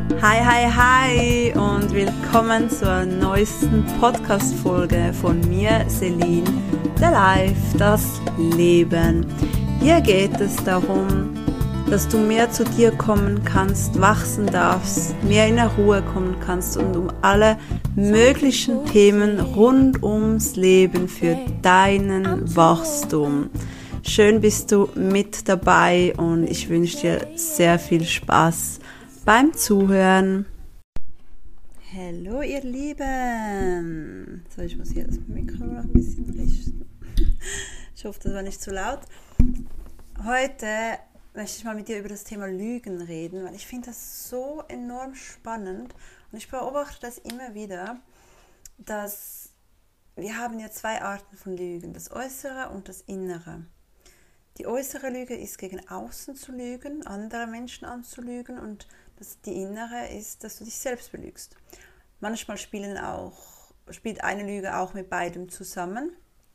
Hi, hi, hi und willkommen zur neuesten Podcast-Folge von mir, Celine, der Life, das Leben. Hier geht es darum, dass du mehr zu dir kommen kannst, wachsen darfst, mehr in der Ruhe kommen kannst und um alle möglichen Themen rund ums Leben für deinen Wachstum. Schön bist du mit dabei und ich wünsche dir sehr viel Spaß beim Zuhören. Hallo ihr Lieben. So, ich muss hier das Mikro noch ein bisschen richten. Ich hoffe, das war nicht zu laut. Heute möchte ich mal mit dir über das Thema Lügen reden, weil ich finde das so enorm spannend und ich beobachte das immer wieder, dass wir haben ja zwei Arten von Lügen, das Äußere und das Innere. Die äußere Lüge ist gegen außen zu lügen, andere Menschen anzulügen und die innere ist, dass du dich selbst belügst. Manchmal spielt eine Lüge auch mit beidem zusammen.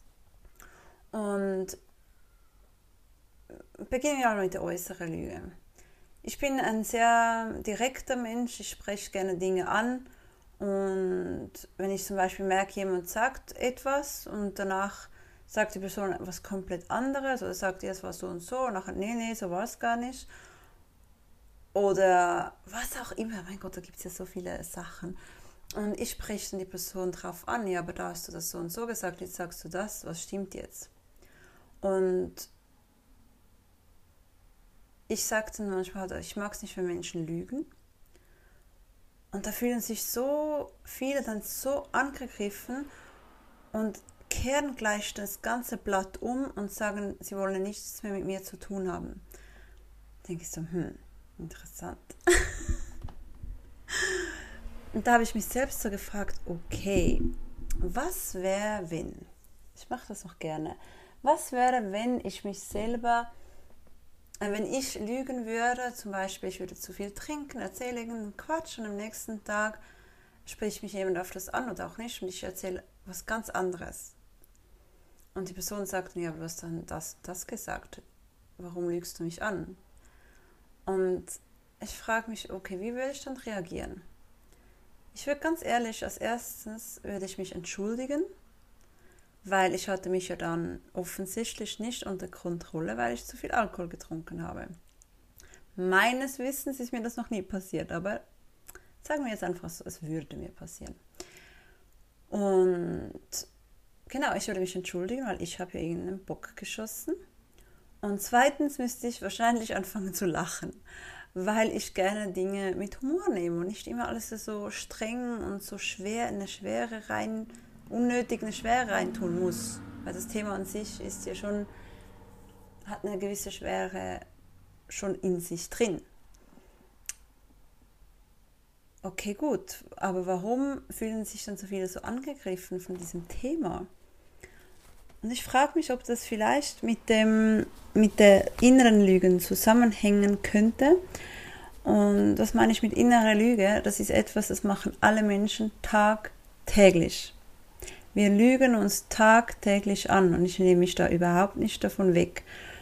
Und beginnen wir mal mit der äußeren Lüge. Ich bin ein sehr direkter Mensch, ich spreche gerne Dinge an und wenn ich zum Beispiel merke, jemand sagt etwas und danach sagt die Person etwas komplett anderes oder sagt, es war so und so und nachher, nee, so war es gar nicht. Oder was auch immer, mein Gott, da gibt es ja so viele Sachen. Und ich spreche dann die Person drauf an, ja, aber da hast du das so und so gesagt, jetzt sagst du das, was stimmt jetzt? Und ich sage dann manchmal, ich mag es nicht, wenn Menschen lügen. Und da fühlen sich so viele dann so angegriffen und kehren gleich das ganze Blatt um und sagen, sie wollen nichts mehr mit mir zu tun haben. Da denke ich so, interessant. Und da habe ich mich selbst so gefragt, okay, was wäre, wenn? Ich mache das noch gerne. Was wäre, wenn ich mich selber, wenn ich lügen würde, zum Beispiel, ich würde zu viel trinken, erzähle irgendeinen Quatsch und am nächsten Tag spricht mich jemand auf das an oder auch nicht und ich erzähle was ganz anderes. Und die Person sagt mir, ja, du hast dann das gesagt. Warum lügst du mich an? Und ich frage mich, okay, wie würde ich dann reagieren? Ich würde ganz ehrlich, als erstes würde ich mich entschuldigen, weil ich hatte mich ja dann offensichtlich nicht unter Kontrolle, weil ich zu viel Alkohol getrunken habe. Meines Wissens ist mir das noch nie passiert, aber sagen wir jetzt einfach so, es würde mir passieren. Und genau, ich würde mich entschuldigen, weil ich habe ja irgendeinen Bock geschossen. Und zweitens müsste ich wahrscheinlich anfangen zu lachen, weil ich gerne Dinge mit Humor nehme und nicht immer alles so streng und so schwer in eine Schwere unnötig eine Schwere reintun muss. Weil das Thema an sich ist ja schon, hat eine gewisse Schwere schon in sich drin. Okay, gut, aber warum fühlen sich dann so viele so angegriffen von diesem Thema? Und ich frage mich, ob das vielleicht mit der inneren Lüge zusammenhängen könnte. Und was meine ich mit innerer Lüge? Das ist etwas, das machen alle Menschen tagtäglich. Wir lügen uns tagtäglich an und ich nehme mich da überhaupt nicht davon weg.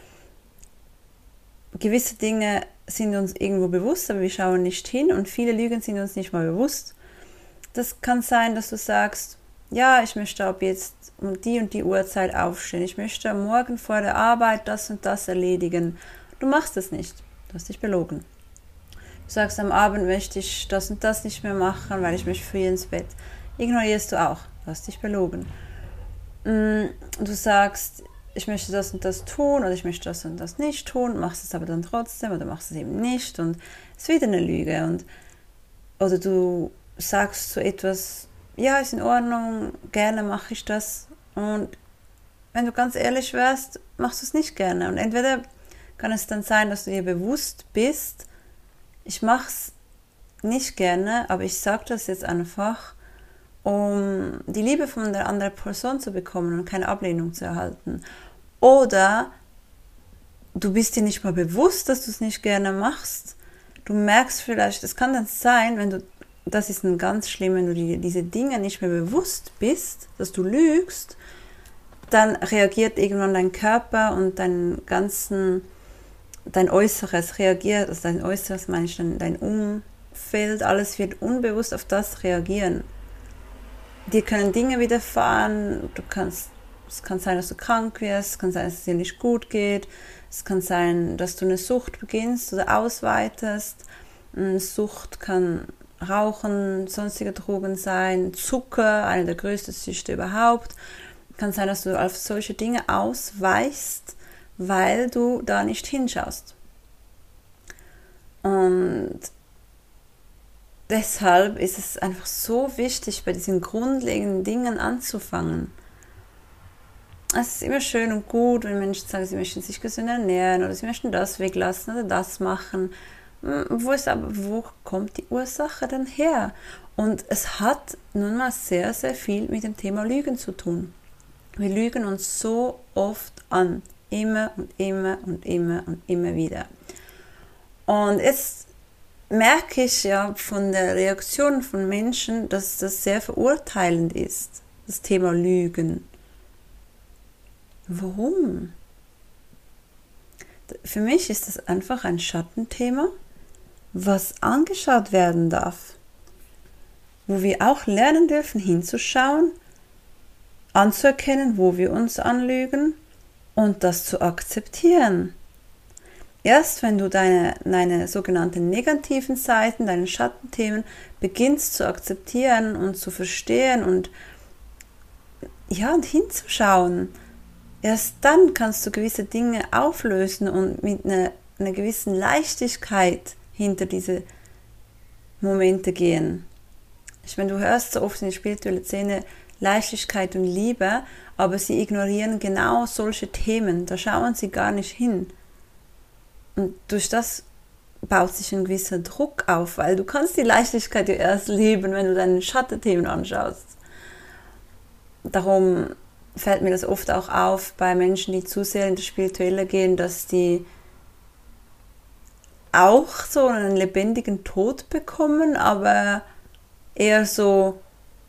Gewisse Dinge sind uns irgendwo bewusst, aber wir schauen nicht hin und viele Lügen sind uns nicht mal bewusst. Das kann sein, dass du sagst, ja, ich möchte ab jetzt um die und die Uhrzeit aufstehen. Ich möchte am Morgen vor der Arbeit das und das erledigen. Du machst es nicht. Du hast dich belogen. Du sagst, am Abend möchte ich das und das nicht mehr machen, weil ich möchte früh ins Bett. Ignorierst du auch. Du hast dich belogen. Du sagst, ich möchte das und das tun oder ich möchte das und das nicht tun, machst es aber dann trotzdem oder machst es eben nicht und es ist wieder eine Lüge. Oder du sagst so etwas, ja, ist in Ordnung, gerne mache ich das. Und wenn du ganz ehrlich wärst, machst du es nicht gerne. Und entweder kann es dann sein, dass du dir bewusst bist, ich mache es nicht gerne, aber ich sage das jetzt einfach, um die Liebe von der anderen Person zu bekommen und keine Ablehnung zu erhalten. Oder du bist dir nicht mal bewusst, dass du es nicht gerne machst. Du merkst vielleicht, es kann dann sein, das ist ein ganz schlimm, wenn du diese Dinge nicht mehr bewusst bist, dass du lügst, dann reagiert irgendwann dein Körper und dein Äußeres reagiert, also dein Äußeres meine ich dann dein Umfeld, alles wird unbewusst auf das reagieren. Dir können Dinge widerfahren, es kann sein, dass du krank wirst, es kann sein, dass es dir nicht gut geht, es kann sein, dass du eine Sucht beginnst oder ausweitest. Eine Sucht kann Rauchen, sonstige Drogen sein, Zucker, eine der größten Süchte überhaupt. Kann sein, dass du auf solche Dinge ausweichst, weil du da nicht hinschaust. Und deshalb ist es einfach so wichtig, bei diesen grundlegenden Dingen anzufangen. Es ist immer schön und gut, wenn Menschen sagen, sie möchten sich gesund ernähren oder sie möchten das weglassen oder das machen. Wo kommt die Ursache denn her? Und es hat nun mal sehr, sehr viel mit dem Thema Lügen zu tun. Wir lügen uns so oft an. Immer und immer und immer und immer wieder. Und jetzt merke ich ja von der Reaktion von Menschen, dass das sehr verurteilend ist, das Thema Lügen. Warum? Für mich ist das einfach ein Schattenthema, was angeschaut werden darf, wo wir auch lernen dürfen, hinzuschauen, anzuerkennen, wo wir uns anlügen und das zu akzeptieren. Erst wenn du deine sogenannten negativen Seiten, deine Schattenthemen beginnst zu akzeptieren und zu verstehen und hinzuschauen, erst dann kannst du gewisse Dinge auflösen und mit einer gewissen Leichtigkeit hinter diese Momente gehen. Ich meine, du hörst so oft in der spirituellen Szene Leichtigkeit und Liebe, aber sie ignorieren genau solche Themen, da schauen sie gar nicht hin. Und durch das baut sich ein gewisser Druck auf, weil du kannst die Leichtigkeit ja erst lieben, wenn du deine Schattenthemen anschaust. Darum fällt mir das oft auch auf bei Menschen, die zu sehr in das Spirituelle gehen, dass die auch so einen lebendigen Tod bekommen, aber eher so,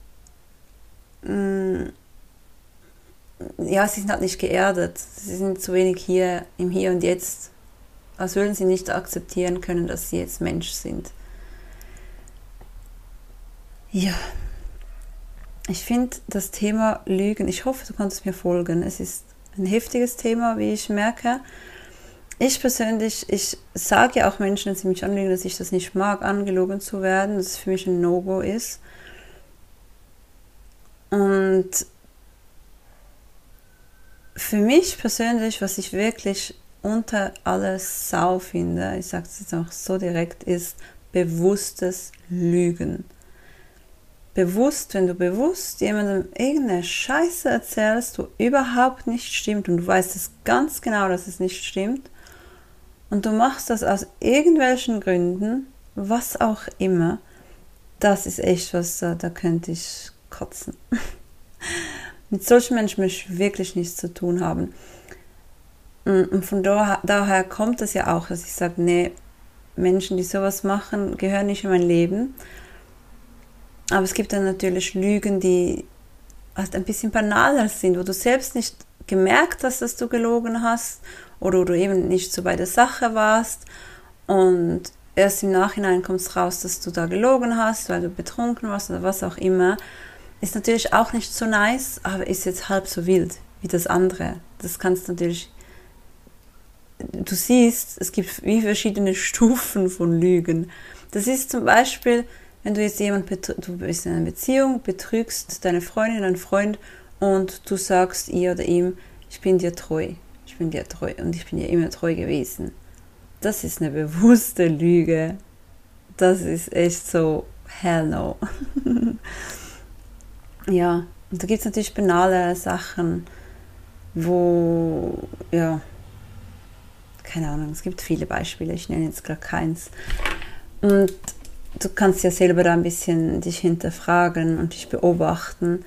sie sind halt nicht geerdet. Sie sind zu wenig hier, im Hier und Jetzt, als würden sie nicht akzeptieren können, dass sie jetzt Mensch sind. Ja, ich finde das Thema Lügen, ich hoffe, du kannst mir folgen. Es ist ein heftiges Thema, wie ich merke. Ich persönlich, ich sage ja auch Menschen, dass sie mich anlügen, dass ich das nicht mag, angelogen zu werden, dass es für mich ein No-Go ist. Und für mich persönlich, was ich wirklich unter alles Sau finde, ich sage es jetzt auch so direkt, ist bewusstes Lügen. Bewusst, wenn du bewusst jemandem irgendeine Scheiße erzählst, wo überhaupt nicht stimmt und du weißt es ganz genau, dass es nicht stimmt und du machst das aus irgendwelchen Gründen, was auch immer, das ist echt was, da könnte ich kotzen. Mit solchen Menschen möchte ich wirklich nichts zu tun haben. Und von daher kommt es ja auch, dass ich sage, nee, Menschen, die sowas machen, gehören nicht in mein Leben. Aber es gibt dann natürlich Lügen, die halt ein bisschen banaler sind, wo du selbst nicht gemerkt hast, dass du gelogen hast oder wo du eben nicht so bei der Sache warst und erst im Nachhinein kommt es raus, dass du da gelogen hast, weil du betrunken warst oder was auch immer. Ist natürlich auch nicht so nice, aber ist jetzt halb so wild wie das andere. Das kannst du natürlich, du siehst, es gibt wie verschiedene Stufen von Lügen. Das ist zum Beispiel, wenn du jetzt du bist in einer Beziehung, betrügst deine Freundin, deinen Freund und du sagst ihr oder ihm, ich bin dir treu und ich bin dir immer treu gewesen. Das ist eine bewusste Lüge. Das ist echt so, hell no. Ja, und da gibt es natürlich banale Sachen, wo, ja, keine Ahnung, es gibt viele Beispiele, ich nenne jetzt gerade keins. Und du kannst ja selber da ein bisschen dich hinterfragen und dich beobachten.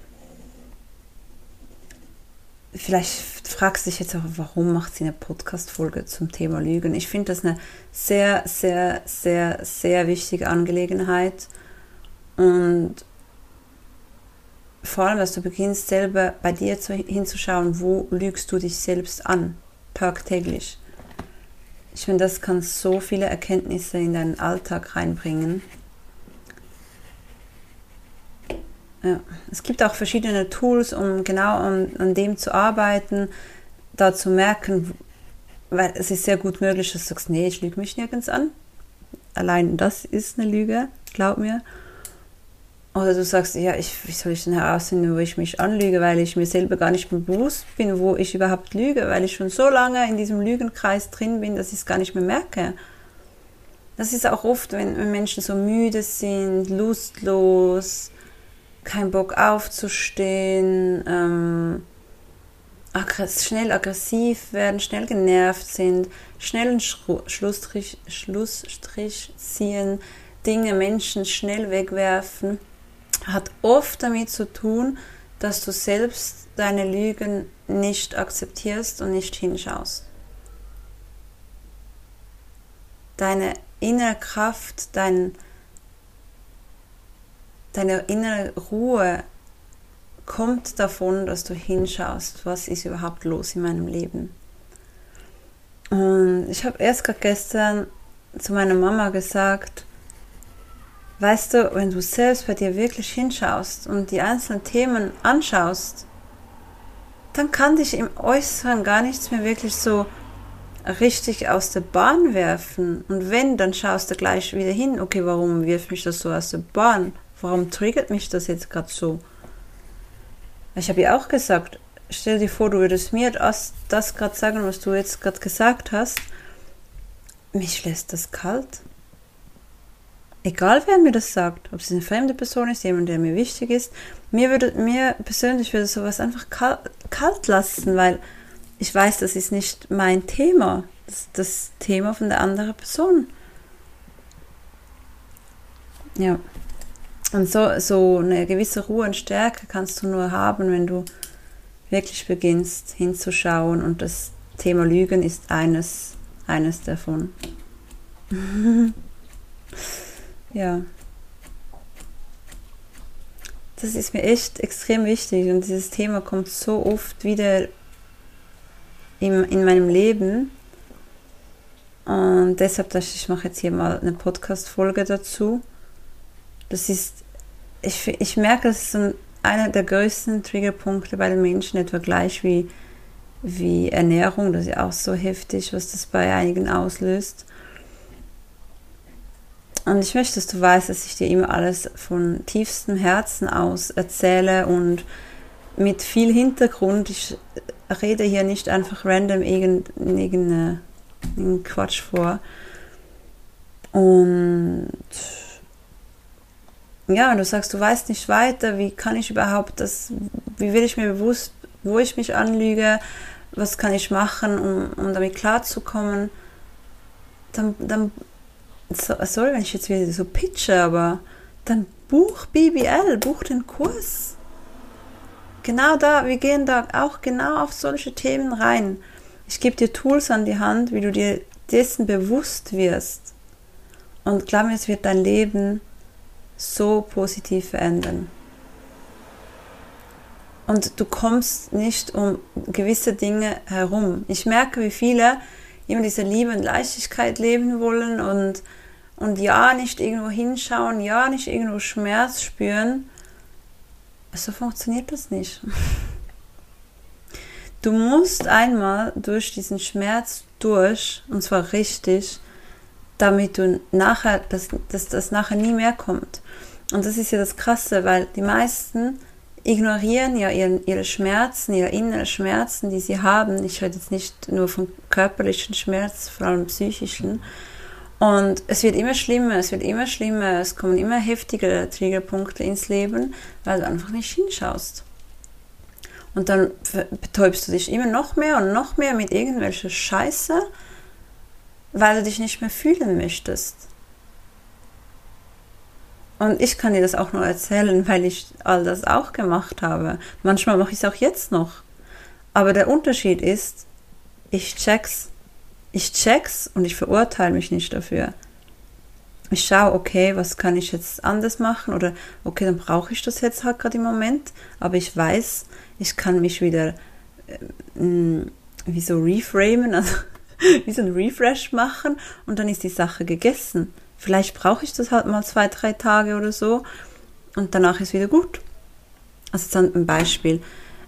Vielleicht fragst du dich jetzt auch, warum macht sie eine Podcast-Folge zum Thema Lügen? Ich finde das eine sehr, sehr, sehr, sehr wichtige Angelegenheit. Und vor allem, dass du beginnst, selber bei dir hinzuschauen, wo lügst du dich selbst an, tagtäglich. Ich finde, das kann so viele Erkenntnisse in deinen Alltag reinbringen. Ja. Es gibt auch verschiedene Tools, um genau an dem zu arbeiten, da zu merken, weil es ist sehr gut möglich, dass du sagst, nee, ich lüge mich nirgends an. Allein das ist eine Lüge, glaub mir. Oder du sagst, ja, wie soll ich denn herausfinden, wo ich mich anlüge, weil ich mir selber gar nicht bewusst bin, wo ich überhaupt lüge, weil ich schon so lange in diesem Lügenkreis drin bin, dass ich es gar nicht mehr merke. Das ist auch oft, wenn Menschen so müde sind, lustlos, kein Bock aufzustehen, schnell aggressiv werden, schnell genervt sind, schnell einen Schlussstrich ziehen, Dinge, Menschen schnell wegwerfen, hat oft damit zu tun, dass du selbst deine Lügen nicht akzeptierst und nicht hinschaust. Deine innere Kraft, deine innere Ruhe kommt davon, dass du hinschaust, was ist überhaupt los in meinem Leben. Und ich habe erst gerade gestern zu meiner Mama gesagt, weißt du, wenn du selbst bei dir wirklich hinschaust und die einzelnen Themen anschaust, dann kann dich im Äußeren gar nichts mehr wirklich so richtig aus der Bahn werfen. Und wenn, dann schaust du gleich wieder hin, okay, warum wirft mich das so aus der Bahn? Warum triggert mich das jetzt gerade so? Ich habe ja auch gesagt, stell dir vor, du würdest mir das gerade sagen, was du jetzt gerade gesagt hast. Mich lässt das kalt. Egal, wer mir das sagt, ob es eine fremde Person ist, jemand, der mir wichtig ist, mir persönlich würde sowas einfach kalt lassen, weil ich weiß, das ist nicht mein Thema. Das ist das Thema von der anderen Person. Ja. Und so eine gewisse Ruhe und Stärke kannst du nur haben, wenn du wirklich beginnst hinzuschauen. Und das Thema Lügen ist eines davon. Ja. Das ist mir echt extrem wichtig. Und dieses Thema kommt so oft wieder in meinem Leben. Und deshalb dachte ich mache jetzt hier mal eine Podcast-Folge dazu. Das ist, ich merke, das ist so einer der größten Triggerpunkte bei den Menschen, etwa gleich wie Ernährung. Das ist ja auch so heftig, was das bei einigen auslöst. Und ich möchte, dass du weißt, dass ich dir immer alles von tiefstem Herzen aus erzähle und mit viel Hintergrund. Ich rede hier nicht einfach random irgendeinen Quatsch vor. Und ja, du sagst, du weißt nicht weiter, wie kann ich überhaupt wie will ich mir bewusst, wo ich mich anlüge, was kann ich machen, um damit klarzukommen, dann sorry, wenn ich jetzt wieder so pitche, aber dann buch BBL, buch den Kurs. Genau da, wir gehen da auch genau auf solche Themen rein. Ich gebe dir Tools an die Hand, wie du dir dessen bewusst wirst. Und glaub mir, es wird dein Leben so positiv verändern. Und du kommst nicht um gewisse Dinge herum. Ich merke, wie viele immer diese Liebe und Leichtigkeit leben wollen und ja, nicht irgendwo hinschauen, ja, nicht irgendwo Schmerz spüren. So funktioniert das nicht. Du musst einmal durch diesen Schmerz durch, und zwar richtig, damit du nachher, dass das nachher nie mehr kommt. Und das ist ja das Krasse, weil die meisten ignorieren ja ihre Schmerzen, ihre inneren Schmerzen, die sie haben. Ich rede jetzt nicht nur vom körperlichen Schmerz, vor allem psychischen. Und es wird immer schlimmer, es kommen immer heftigere Triggerpunkte ins Leben, weil du einfach nicht hinschaust. Und dann betäubst du dich immer noch mehr und noch mehr mit irgendwelcher Scheiße, weil du dich nicht mehr fühlen möchtest. Und ich kann dir das auch nur erzählen, weil ich all das auch gemacht habe. Manchmal mache ich es auch jetzt noch. Aber der Unterschied ist, ich check's und ich verurteile mich nicht dafür. Ich schaue, okay, was kann ich jetzt anders machen? Oder okay, dann brauche ich das jetzt halt gerade im Moment. Aber ich weiß, ich kann mich wieder wie so reframen, also wie so ein Refresh machen und dann ist die Sache gegessen. Vielleicht brauche ich das halt mal 2-3 Tage oder so und danach ist wieder gut. Also dann ein Beispiel.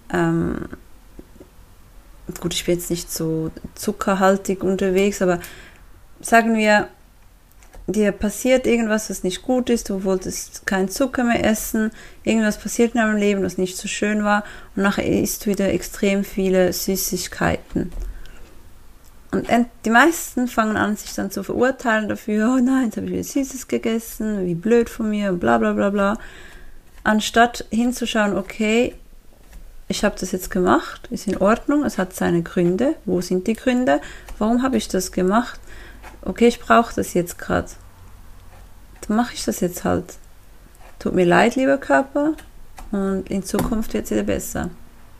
Gut, ich bin jetzt nicht so zuckerhaltig unterwegs, aber sagen wir, dir passiert irgendwas, was nicht gut ist, du wolltest keinen Zucker mehr essen, irgendwas passiert in deinem Leben, was nicht so schön war und nachher isst du wieder extrem viele Süßigkeiten. Und die meisten fangen an, sich dann zu verurteilen dafür, oh nein, jetzt habe ich wieder Süßes gegessen, wie blöd von mir, bla bla bla bla. Anstatt hinzuschauen, okay, ich habe das jetzt gemacht, ist in Ordnung, es hat seine Gründe. Wo sind die Gründe? Warum habe ich das gemacht? Okay, ich brauche das jetzt gerade. Dann mache ich das jetzt halt. Tut mir leid, lieber Körper, und in Zukunft wird es wieder besser.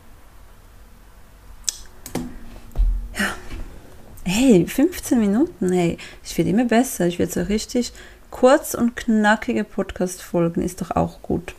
Ja. Hey, 15 Minuten, hey, ich werde immer besser. Ich werde so richtig kurz und knackige Podcast-Folgen, ist doch auch gut.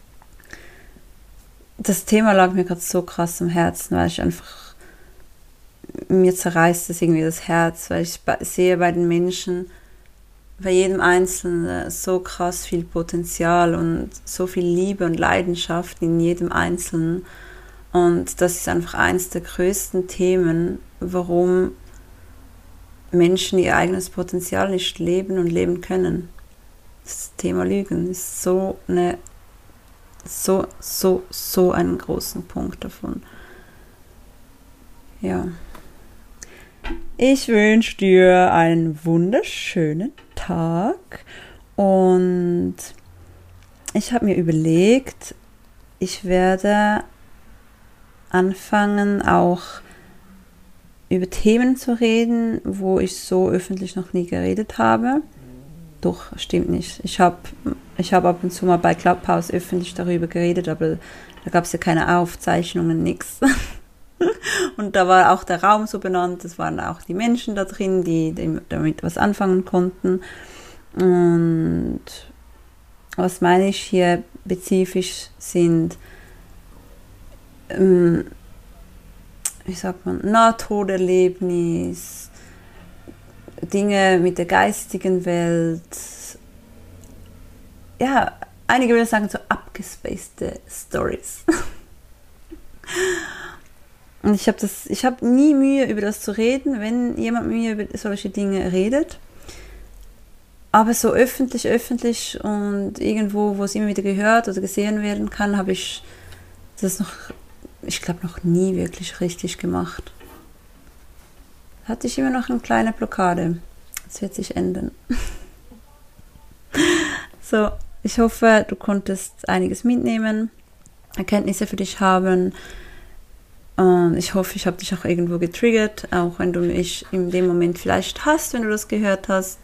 Das Thema lag mir gerade so krass am Herzen, weil ich einfach, mir zerreißt es irgendwie das Herz, weil ich sehe bei den Menschen, bei jedem Einzelnen so krass viel Potenzial und so viel Liebe und Leidenschaft in jedem Einzelnen. Und das ist einfach eines der größten Themen, warum Menschen ihr eigenes Potenzial nicht leben und leben können. Das Thema Lügen ist so einen großen Punkt davon. Ja. Ich wünsche dir einen wunderschönen Tag und ich habe mir überlegt, ich werde anfangen, auch über Themen zu reden, wo ich so öffentlich noch nie geredet habe. Doch, stimmt nicht. Ich hab ab und zu mal bei Clubhouse öffentlich darüber geredet, aber da gab es ja keine Aufzeichnungen, nichts. Und da war auch der Raum so benannt, es waren auch die Menschen da drin, die damit was anfangen konnten. Und was meine ich hier spezifisch sind, wie sagt man, Nahtoderlebnis, Dinge mit der geistigen Welt, ja, einige würden sagen so abgespacede Stories. Und ich habe nie Mühe, über das zu reden, wenn jemand mit mir über solche Dinge redet. Aber so öffentlich und irgendwo, wo es immer wieder gehört oder gesehen werden kann, habe ich das noch nie wirklich richtig gemacht. Hatte ich immer noch eine kleine Blockade. Das wird sich ändern. So, ich hoffe, du konntest einiges mitnehmen, Erkenntnisse für dich haben. Und ich hoffe, ich habe dich auch irgendwo getriggert, auch wenn du mich in dem Moment vielleicht hast, wenn du das gehört hast.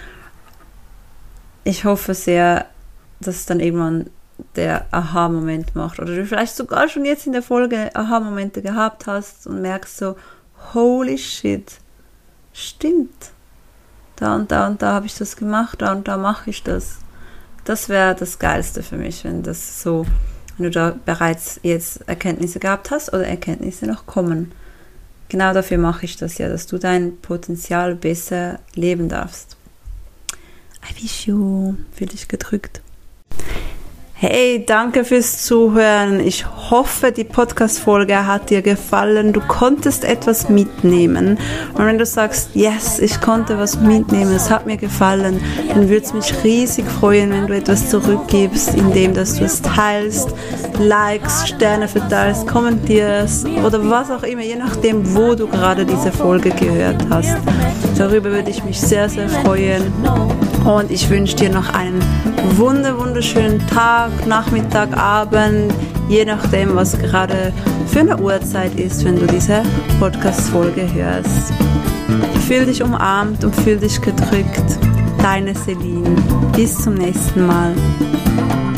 Ich hoffe sehr, dass es dann irgendwann der Aha-Moment macht. Oder du vielleicht sogar schon jetzt in der Folge Aha-Momente gehabt hast und merkst so, holy shit, stimmt. Da und da und da habe ich das gemacht, da und da mache ich das. Das wäre das Geilste für mich, wenn du da bereits jetzt Erkenntnisse gehabt hast oder Erkenntnisse noch kommen. Genau dafür mache ich das ja, dass du dein Potenzial besser leben darfst. I wish you. Fühl dich gedrückt. Hey, danke fürs Zuhören. Ich hoffe, die Podcast-Folge hat dir gefallen. Du konntest etwas mitnehmen. Und wenn du sagst, yes, ich konnte was mitnehmen, es hat mir gefallen, dann würde es mich riesig freuen, wenn du etwas zurückgibst, indem dass du es teilst, likest, Sterne verteilst, kommentierst oder was auch immer, je nachdem, wo du gerade diese Folge gehört hast. Darüber würde ich mich sehr, sehr freuen. Und ich wünsche dir noch einen wunderschönen Tag, Nachmittag, Abend, je nachdem, was gerade für eine Uhrzeit ist, wenn du diese Podcast-Folge hörst. Fühl dich umarmt und fühl dich gedrückt. Deine Celine. Bis zum nächsten Mal.